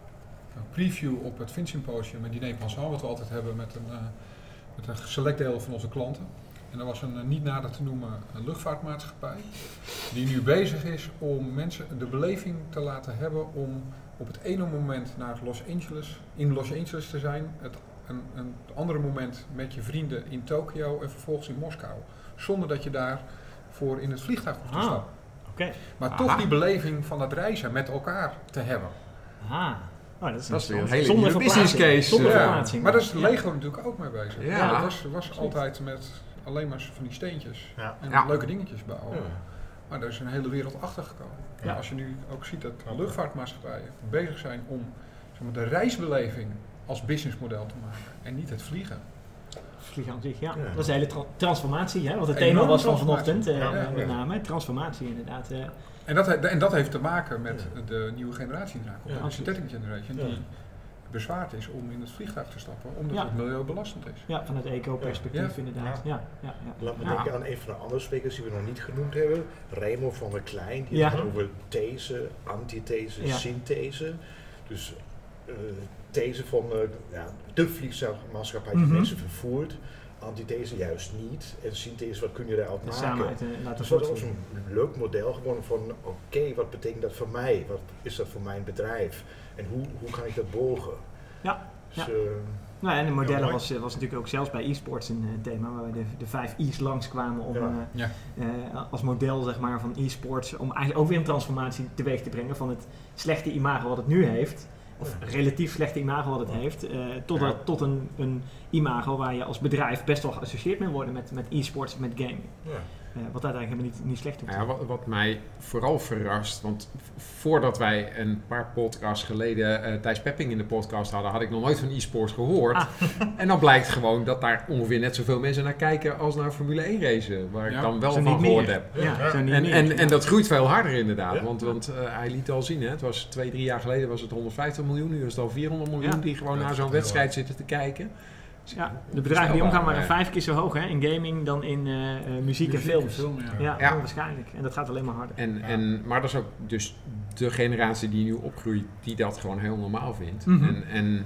een preview op het Vinsymposium een diner passant, wat we altijd hebben met een, uh, met een select deel van onze klanten. En er was een uh, niet nader te noemen uh, luchtvaartmaatschappij die nu bezig is om mensen de beleving te laten hebben om op het ene moment naar Los Angeles, in Los Angeles te zijn, het een, een andere moment met je vrienden in Tokio en vervolgens in Moskou. Zonder dat je daarvoor in het vliegtuig hoeft te Ah, stappen. Oké. Maar Aha. toch die beleving van het reizen met elkaar te hebben. Ah. Oh, dat is, Dat is weer een zonder hele nieuwe verplaatsing. business case, Zonder uh, verplaatsing. Maar daar is Ja. Lego natuurlijk ook mee bezig. Ja. Dat was, was Absoluut. altijd met alleen maar van die steentjes Ja. en Ja. leuke dingetjes bouwen. Ja. Maar daar is een hele wereld achter gekomen. Ja. En als je nu ook ziet dat luchtvaartmaatschappijen bezig zijn om zeg maar, de reisbeleving als businessmodel te maken en niet het vliegen. Vliegen aan zich, ja. Ja. Dat is een hele tra- transformatie, hè? Wat het Enorme thema was van transformatie. vanochtend, uh, Ja, ja. met name. Transformatie inderdaad. Uh, En dat, he- en dat heeft te maken met de nieuwe generatie die eraan komt, Ja, de absoluut. third generation, Ja. die bezwaard is om in het vliegtuig te stappen, omdat Ja. het milieubelastend is. ja, vanuit eco-perspectief Ja. inderdaad. Ja. Ja, ja, Laat me ja. denken aan een van de andere sprekers die we nog niet genoemd hebben. Raymond van der Klein, die Ja. het gaat over these, antithese, Ja. synthese. Dus uh, these van uh, ja, de vliegtuigmaatschappij die Mhm. mensen vervoert. Antithese juist niet. En synthese, wat kun je daaruit Dus maken? samen uit, uh, laten Dus dat was voortvoeren. een leuk model, gewoon van oké, okay, wat betekent dat voor mij? Wat is dat voor mijn bedrijf? En hoe, hoe kan ik dat borgen? Ja, Dus, ja. uh, Nou, en de modellen mooi. was, uh, was natuurlijk ook zelfs bij e-sports een uh, thema, waar we de, de vijf I's langskwamen om Ja. uh, Ja. uh, als model zeg maar, van e-sports, om eigenlijk ook weer een transformatie teweeg te brengen van het slechte imago wat het nu heeft, of Ja. relatief slechte imago wat het heeft, uh, tot, Ja. dat- tot een, een imago waar je als bedrijf best wel geassocieerd mee wordt met, met e-sports, met gaming. ja. Uh, wat uiteindelijk helemaal niet, niet slecht doet. Nou ja, wat, wat mij vooral verrast, want v- voordat wij een paar podcasts geleden uh, Thijs Pepping in de podcast hadden, had ik nog nooit van e-sports gehoord. Ah. En dan blijkt gewoon dat daar ongeveer net zoveel mensen naar kijken als naar Formule één racen, waar Ja, ik dan wel zo van niet gehoord meer. heb. Ja, Ja. zo niet En, meer. en, en dat groeit veel harder inderdaad, Ja. want, want uh, hij liet al zien, hè, het was twee, drie jaar geleden was het honderdvijftig miljoen, nu is het al vierhonderd miljoen Ja. die gewoon Ja, naar dat zo'n is heel wedstrijd zitten te kijken. Ja, de bedrijven die omgaan waren Ja. vijf keer zo hoog hè, in gaming dan in uh, uh, muziek en films. Film, ja. Ja, Ja. waarschijnlijk. En dat gaat alleen maar harder. En, Ja. en, maar dat is ook dus de generatie die nu opgroeit, die dat gewoon heel normaal vindt. Mhm. En, en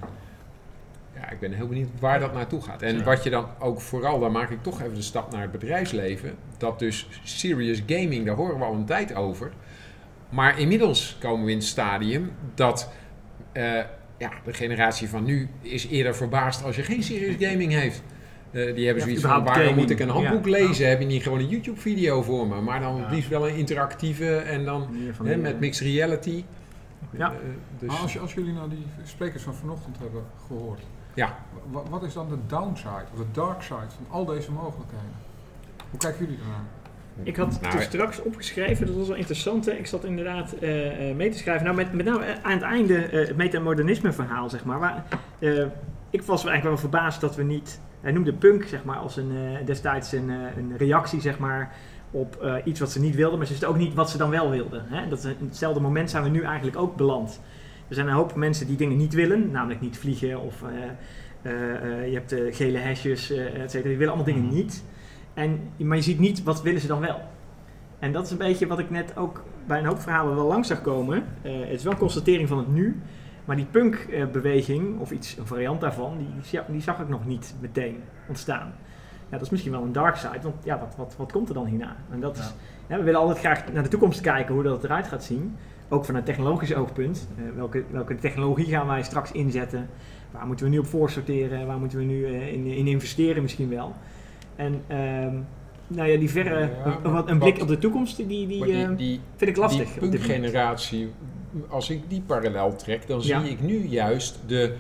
ja, ik ben heel benieuwd waar dat naartoe gaat. En Ja. wat je dan ook vooral, daar maak ik toch even de stap naar het bedrijfsleven, dat dus serious gaming, daar horen we al een tijd over. Maar inmiddels komen we in het stadium dat uh, ja, de generatie van nu is eerder verbaasd als je geen serious gaming heeft. Uh, die hebben Ja, zoiets van, überhaupt waarom gaming. moet ik een handboek Ja. lezen? Heb je niet gewoon een YouTube-video voor me? Maar dan Ja. liefst wel een interactieve en dan Manier van hè, die, met uh, mixed reality. Ja. Uh, dus, Maar als, je, als jullie nou die sprekers van vanochtend hebben gehoord, Ja. wa- wat is dan de downside of de dark side van al deze mogelijkheden? Hoe kijken jullie ernaar? Ik had Nou, het ja. straks opgeschreven, dat was wel interessant. Hè? Ik zat inderdaad eh, eh, mee te schrijven. Nou, met, met name eh, aan het einde eh, het metamodernisme verhaal, zeg maar. Waar, eh, ik was eigenlijk wel verbaasd dat we niet... Hij noemde punk, zeg maar, als een, eh, destijds een, eh, een reactie, zeg maar, op eh, iets wat ze niet wilden. Maar ze wisten ook niet wat ze dan wel wilden. Hè? Dat is, in hetzelfde moment zijn we nu eigenlijk ook beland. Er zijn een hoop mensen die dingen niet willen, namelijk niet vliegen of... eh, eh, eh, je hebt eh, gele hesjes, eh, et cetera. Die willen allemaal dingen niet. En, maar je ziet niet, wat willen ze dan wel? En dat is een beetje wat ik net ook bij een hoop verhalen wel langs zag komen. Uh, het is wel een constatering van het nu. Maar die punkbeweging, of iets, een variant daarvan, die, die zag ik nog niet meteen ontstaan. Ja, dat is misschien wel een dark side, want ja, wat, wat, wat komt er dan hierna? En dat is, Ja. ja, we willen altijd graag naar de toekomst kijken hoe dat eruit gaat zien. ook vanuit technologisch oogpunt. Uh, welke, welke technologie gaan wij straks inzetten? Waar moeten we nu op voorsorteren? Waar moeten we nu uh, in, in investeren misschien wel? En um, nou ja, die verre, Ja, een, maar een blik wat- op de toekomst, die, die, Maar die, uh, die, vind ik lastig. die op dit moment. punkgeneratie, als ik die parallel trek, dan Ja. zie ik nu juist de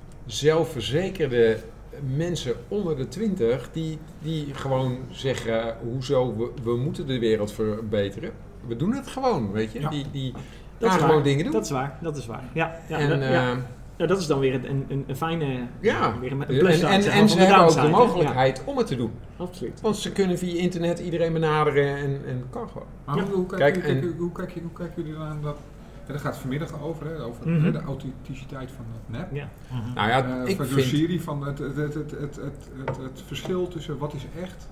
zelfverzekerde mensen onder de twintig die, die gewoon zeggen, hoezo, we, we moeten de wereld verbeteren. We doen het gewoon, weet je. Ja. Die, die Dat gaan is gewoon waar. dingen doen. Dat is waar, dat is waar. Ja, ja, en, dat, ja. eh, Nou, dat is dan weer een, een, een fijne, ja. weer een, een en, plus en, en ze hebben ook de mogelijkheid om het te doen. Ja, absoluut. Want ze kunnen via internet iedereen benaderen en, en kan gewoon. Maar Ja. hoe, hoe, Kijk, kijken, en- jullie- hoe, kijken, hoe kijken jullie aan dat... Ja, daar gaat het vanmiddag over, hè, over Mhm. hè, de authenticiteit van dat nep. Ja. Nou ja, Eh, ik van de vind... serie van het, het, het, het, het, het, het, het verschil tussen wat is echt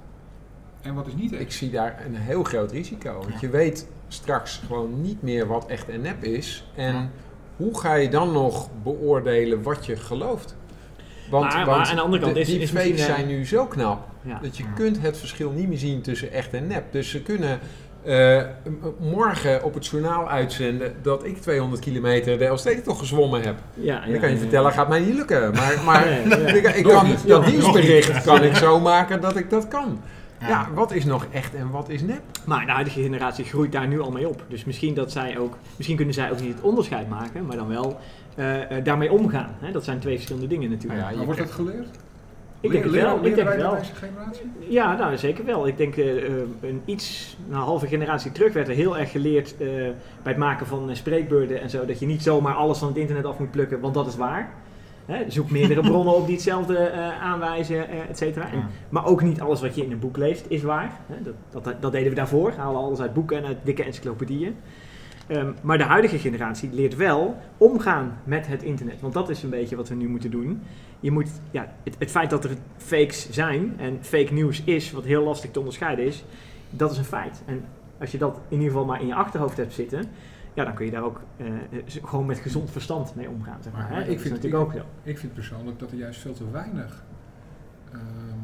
en wat is niet echt. Ik zie daar een heel groot risico. Want je weet straks gewoon niet meer wat echt en nep is. En Ja. hoe ga je dan nog beoordelen wat je gelooft? Want, Maar- want maar aan de andere kant de is- is deepfakes misschien, eh, zijn nu zo knap Ja. dat je kunt het verschil niet meer zien tussen echt en nep. Dus ze kunnen eh, m- morgen op het journaal uitzenden dat ik tweehonderd kilometer de Elfstedentocht gezwommen heb. Ja, En dan kan je vertellen, gaat mij niet lukken. Maar, maar Nee, ja. ik, ik kan dat nieuwsbericht kan ik zo maken dat ik dat kan. Ja, wat is nog echt en wat is nep? Maar de huidige generatie groeit daar nu al mee op. Dus misschien, dat zij ook, misschien kunnen zij ook niet het onderscheid maken, maar dan wel uh, uh, daarmee omgaan. Hè? Dat zijn twee verschillende dingen natuurlijk. Nou ja, Maar je wordt dat geleerd? Ik denk het Leren- wel. Ik leren denk wij het dat wel. deze generatie? Ja, nou zeker wel. Ik denk uh, uh, een iets, een halve generatie terug werd er heel erg geleerd uh, bij het maken van uh, spreekbeurten en zo. Dat je niet zomaar alles van het internet af moet plukken, want dat is waar. Hè, zoek meerdere bronnen op die hetzelfde uh, aanwijzen, uh, et cetera. En, maar ook niet alles wat je in een boek leest is waar. Hè, dat, dat, dat deden we daarvoor. Halen alles uit boeken en uit dikke encyclopedieën. Um, maar de huidige generatie leert wel omgaan met het internet. Want dat is een beetje wat we nu moeten doen. Je moet, ja, het, het feit dat er fakes zijn en fake nieuws is, wat heel lastig te onderscheiden is, dat is een feit. En als je dat in ieder geval maar in je achterhoofd hebt zitten, ja, dan kun je daar ook uh, gewoon met gezond verstand mee omgaan. Zeg maar, Maar, hè? maar Dat ik, is vind, natuurlijk ik, ook zo. ik vind persoonlijk dat er juist veel te weinig um,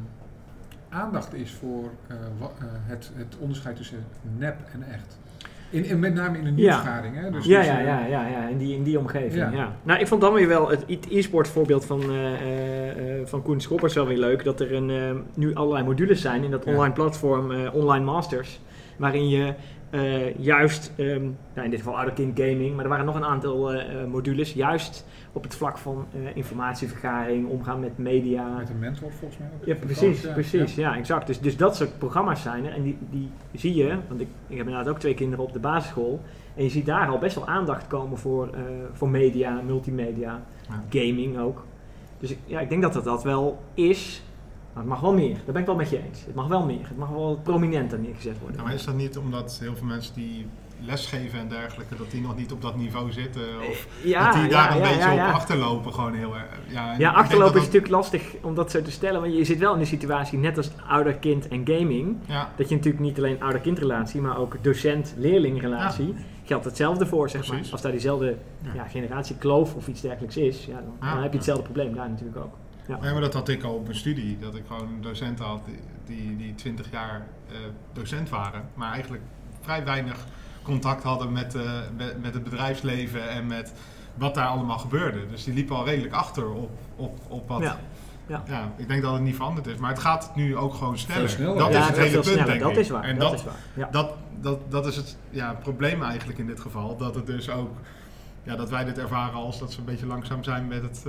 aandacht is voor uh, wa, uh, het, het onderscheid tussen nep en echt. In, in, met name in de nieuwsgaring. Hè? Dus, Ja, dus, ja, uh, ja, ja, ja, in die, in die omgeving. Ja. Ja. Nou, ik vond dan weer wel het e-sport voorbeeld van, uh, uh, van Koen Schoppers wel weer leuk. Dat er een, uh, nu allerlei modules zijn in dat Ja. online platform, uh, Online Masters. Waarin je uh, juist, um, nou in dit geval Outer King Gaming, maar er waren nog een aantal uh, modules. Juist op het vlak van uh, informatievergaring, omgaan met media. Met een mentor volgens mij ook. Ja, precies, Ja, precies, ja. ja, exact. Dus, dus dat soort programma's zijn er en die, die zie je, want ik, ik heb inderdaad ook twee kinderen op de basisschool en je ziet daar al best wel aandacht komen voor, uh, voor media, multimedia, Ja. gaming ook. Dus ik, ja, ik denk dat dat, dat wel is, maar het mag wel meer, daar ben ik wel met je eens. Het mag wel meer, het mag wel prominenter neergezet worden. Nou, maar is dat niet omdat heel veel mensen die lesgeven en dergelijke, dat die nog niet op dat niveau zitten? Of ja, dat die daar ja, een ja, beetje ja, ja. op achterlopen gewoon heel erg? Ja, en Ja, ik achterlopen denk is dat natuurlijk lastig om dat zo te stellen, want je zit wel in de situatie, net als ouder kind en gaming, dat- Ja, dat je natuurlijk niet alleen ouder-kindrelatie, maar ook docent-leerlingrelatie geldt hetzelfde voor, zeg maar. Precies. Als daar diezelfde Ja. ja, generatiekloof of iets dergelijks is, ja, dan, Ja. dan heb je hetzelfde probleem daar natuurlijk ook. Ja. nee, maar dat had ik al op mijn studie. Dat ik gewoon docenten had die, die, die twintig jaar uh, docent waren. Maar eigenlijk vrij weinig contact hadden met, uh, met, met het bedrijfsleven en met wat daar allemaal gebeurde. Dus die liepen al redelijk achter op, op, op wat... Ja. Ja. Ja. ik denk dat het niet veranderd is. Maar het gaat nu ook gewoon sneller. Veel sneller. Dat Ja, is het veel hele punt, sneller, denk dat ik. is waar. En dat, dat, is waar. Ja. Dat, dat, dat is het ja, probleem eigenlijk in dit geval. Dat het dus ook... Ja, dat wij dit ervaren als dat ze een beetje langzaam zijn met het,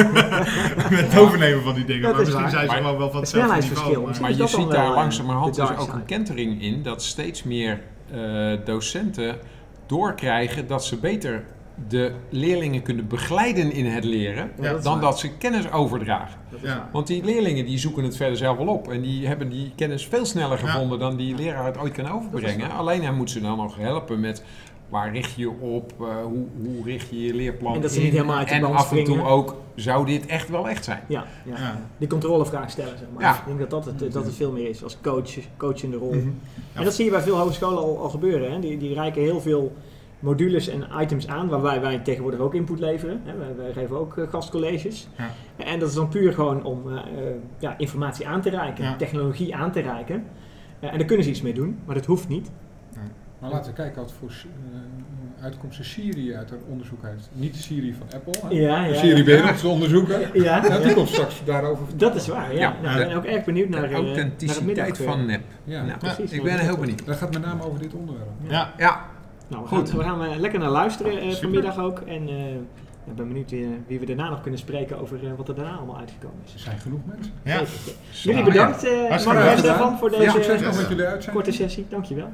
uh, met het overnemen van die dingen. Dat maar is misschien waar. zijn ze Maar gewoon wel van het hetzelfde snelheidsverschil niveau. misschien. Maar is je dat dan ziet daar wel, eh, langzamerhand de dus dark ook een side. kentering in dat steeds meer uh, docenten doorkrijgen dat ze beter de leerlingen kunnen begeleiden in het leren Ja, dat is dan waar. dat ze kennis overdragen. Dat is Ja. waar. Want die leerlingen die zoeken het verder zelf wel op en die hebben die kennis veel sneller Ja. gevonden dan die leraar het ooit kan overbrengen. waar. Alleen hij moet ze dan nog helpen met waar richt je op, uh, hoe, hoe richt je je leerplan En dat ze in. niet helemaal uit de en band af en toe springen. ook, zou dit echt wel echt zijn? Ja, ja. Ja. Die controlevraag stellen, zeg maar. Ja. Ik denk dat dat het, dat het veel meer is als coach, coachende rol. Mhm. En dat zie je bij veel hogescholen al, al gebeuren. Hè. Die, die reiken heel veel modules en items aan, waarbij wij tegenwoordig ook input leveren. Hè. Wij, wij geven ook uh, gastcolleges. Ja. En dat is dan puur gewoon om uh, uh, ja, informatie aan te reiken, Ja. technologie aan te reiken. Uh, en daar kunnen ze iets mee doen, maar dat hoeft niet. Maar laten we kijken wat voor uh, uitkomst een serie uit een onderzoek uit. Niet de serie van Apple, hè? Ja, ja, de serie ja. wereldse onderzoeken. Ja, Ja, die ja. komt straks daarover vertellen. Dat is waar, ja. Ja. Nou, ik ben ook erg benieuwd naar, De eh, naar het authenticiteit middag. van nep. Ja. Nou, precies. ik ben heel benieuwd. Dat gaat met name over dit onderwerp. Ja. Ja, Nou, we Goed. gaan, we gaan eh, lekker naar luisteren eh, Super. vanmiddag ook. En eh, ik ben benieuwd eh, wie we daarna nog kunnen spreken over eh, wat er daarna allemaal uitgekomen is. Er zijn genoeg mensen. Ja. Zeker. Jullie bedankt, eh Mark Hartstikke en leuk Stefan, gedaan. voor Veel deze succes eh, nog met jullie uitzending. korte sessie. Dankjewel.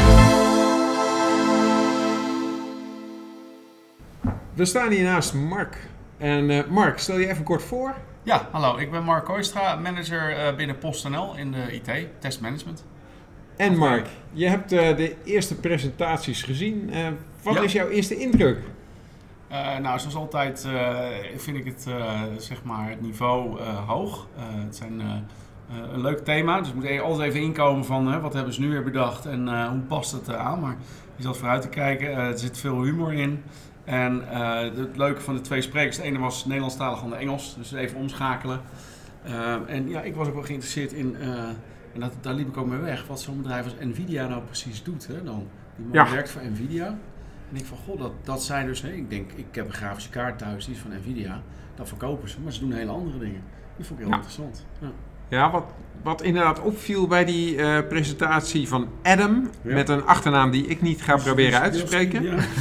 we staan hier naast Mark. En eh, Mark, stel je even kort voor. Ja, hallo, ik ben Mark Kooistra, manager uh, binnen PostNL in de I T, testmanagement. En Mark, je hebt uh, de eerste presentaties gezien. Uh, wat Ja. is jouw eerste indruk? Uh, nou, zoals altijd uh, vind ik het, uh, zeg maar, het niveau uh, hoog. Uh, het zijn uh, uh, een leuk thema, dus ik moet altijd even inkomen van uh, wat hebben ze nu weer bedacht en uh, hoe past het uh, aan. Maar je zat vooruit te kijken, uh, er zit veel humor in. En uh, het leuke van de twee sprekers, de ene was Nederlandstalig, de andere Engels, dus even omschakelen. Uh, en ja, ik was ook wel geïnteresseerd in, uh, en dat, daar liep ik ook mee weg, wat zo'n bedrijf als Nvidia nou precies doet. Hè, dan. Die man Ja. werkt voor Nvidia. En ik van, god, dat, dat zijn dus, hè, ik denk, ik heb een grafische kaart thuis, die is van Nvidia. Dat verkopen ze, maar ze doen hele andere dingen. Die vond ik heel Ja. interessant. Ja. Ja, wat, wat inderdaad opviel bij die uh, presentatie van Adam, Ja. met een achternaam die ik niet ga proberen uit te spreken.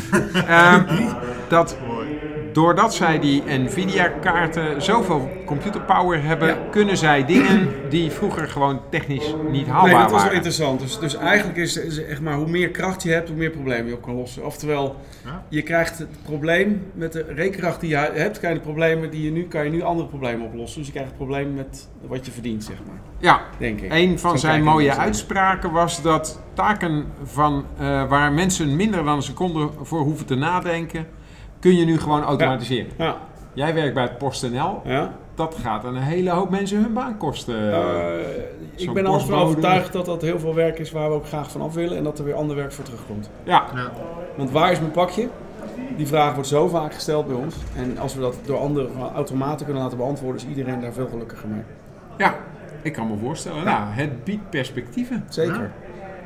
Ja. Uh, dat doordat zij die Nvidia-kaarten zoveel computerpower hebben, Ja. kunnen zij dingen die vroeger gewoon technisch niet haalbaar Nee, dat was wel waren. interessant. Dus, dus eigenlijk is, is echt maar hoe meer kracht je hebt, hoe meer problemen je op kan lossen. Oftewel, Ja. je krijgt het probleem met de rekenkracht die je hebt, krijg je de problemen die je nu, kan je nu andere problemen oplossen. Dus je krijgt het probleem met wat je verdient, zeg maar. Ja, Denk ik. een van Zo zijn kijken mooie mensen. uitspraken was dat taken van, uh, waar mensen minder dan een seconde voor hoeven te nadenken, kun je nu gewoon automatiseren. Ja, Jij werkt bij het PostNL. ja. Dat gaat een hele hoop mensen hun baan kosten. Uh, ik zo'n ben er altijd van postbode. overtuigd dat dat heel veel werk is waar we ook graag van af willen en dat er weer ander werk voor terugkomt. Ja, Ja. Want waar is mijn pakje? Die vraag wordt zo vaak gesteld bij ons. En als we dat door andere automaten kunnen laten beantwoorden, is iedereen daar veel gelukkiger mee. ja, ik kan me voorstellen. Nou, het biedt perspectieven. Zeker. Ja.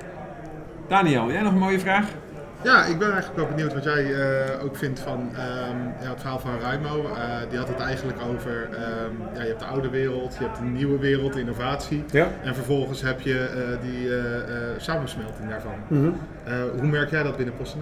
Daniel, jij nog een mooie vraag? Ja, ik ben eigenlijk wel benieuwd wat jij eh, ook vindt van ehm, ja, het verhaal van Raimo. Uh, die had het eigenlijk over, ehm, ja, je hebt de oude wereld, je hebt de nieuwe wereld, de innovatie. Ja. En vervolgens heb je uh, die uh, uh, samensmelting daarvan. Mm-hmm. Uh, hoe merk jij dat binnen PostNL?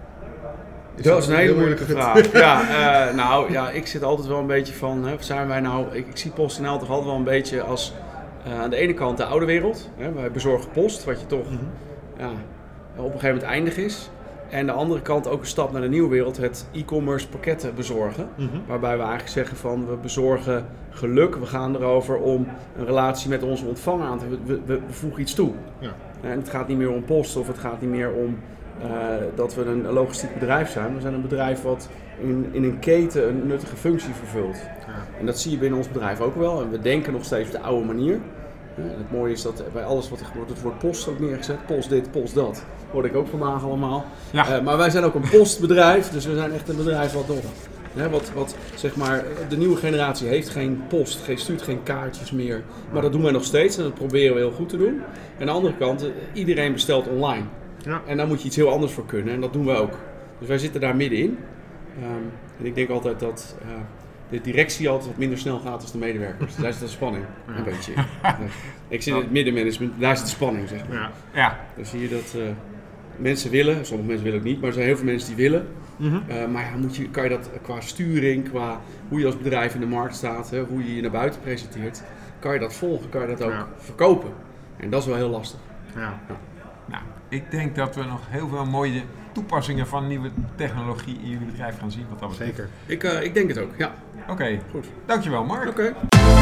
Dat is een hele heel moeilijke erg- vraag. Ja, uh, nou ja, ik zit altijd wel een beetje van, hè, zijn wij nou, ik, ik zie PostNL toch altijd wel een beetje als uh, aan de ene kant de oude wereld. Hè, wij bezorgen post, wat je toch Mhm. ja, op een gegeven moment eindig is. En aan de andere kant ook een stap naar de nieuwe wereld, het e-commerce pakketten bezorgen. Mhm. Waarbij we eigenlijk zeggen van we bezorgen geluk, we gaan erover om een relatie met onze ontvanger aan te hebben. We, we, we voegen iets toe. Ja. En het gaat niet meer om post of het gaat niet meer om uh, dat we een logistiek bedrijf zijn. We zijn een bedrijf wat in, in een keten een nuttige functie vervult. Ja. En dat zie je binnen ons bedrijf ook wel. En we denken nog steeds op de oude manier. En het mooie is dat bij alles wat er wordt, het woord post ook neergezet. Post dit, post dat. Hoorde ik ook vandaag allemaal. Ja. Uh, maar wij zijn ook een postbedrijf, dus we zijn echt een bedrijf wat nog... Hè, wat, wat zeg maar, de nieuwe generatie heeft geen post, geen, stuurt geen kaartjes meer. Maar dat doen wij nog steeds en dat proberen we heel goed te doen. En aan de andere kant, iedereen bestelt online. Ja. En daar moet je iets heel anders voor kunnen en dat doen we ook. Dus wij zitten daar middenin. Um, en ik denk altijd dat uh, de directie altijd wat minder snel gaat dan de medewerkers. Daar zit de spanning, Ja. een beetje. Ja. Ik zit in het middenmanagement, daar zit de spanning, zeg maar. Ja. Ja. Dan zie je dat uh, mensen willen, sommige mensen willen ook niet, maar er zijn heel veel mensen die willen. Mhm. Uh, maar ja, moet je, kan je dat qua sturing, qua hoe je als bedrijf in de markt staat, hè, hoe je je naar buiten presenteert, kan je dat volgen, kan je dat ook Ja. verkopen. En dat is wel heel lastig. Ja. Nou, ik denk dat we nog heel veel mooie toepassingen van nieuwe technologie in jullie bedrijf gaan zien. Wat dat betreft. Zeker. Ik, uh, ik denk het ook, ja. Oké, Goed. dankjewel Mark. Oké.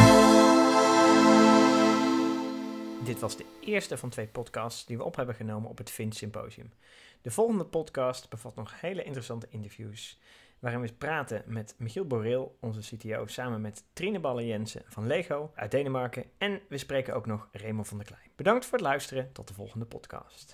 Dit was de eerste van twee podcasts die we op hebben genomen op het Vint Symposium. De volgende podcast bevat nog hele interessante interviews, waarin we praten met Michiel Boreel, onze C T O, samen met Trine Balle-Jensen van Lego uit Denemarken. En we spreken ook nog Raymond van der Kleij. Bedankt voor het luisteren, tot de volgende podcast.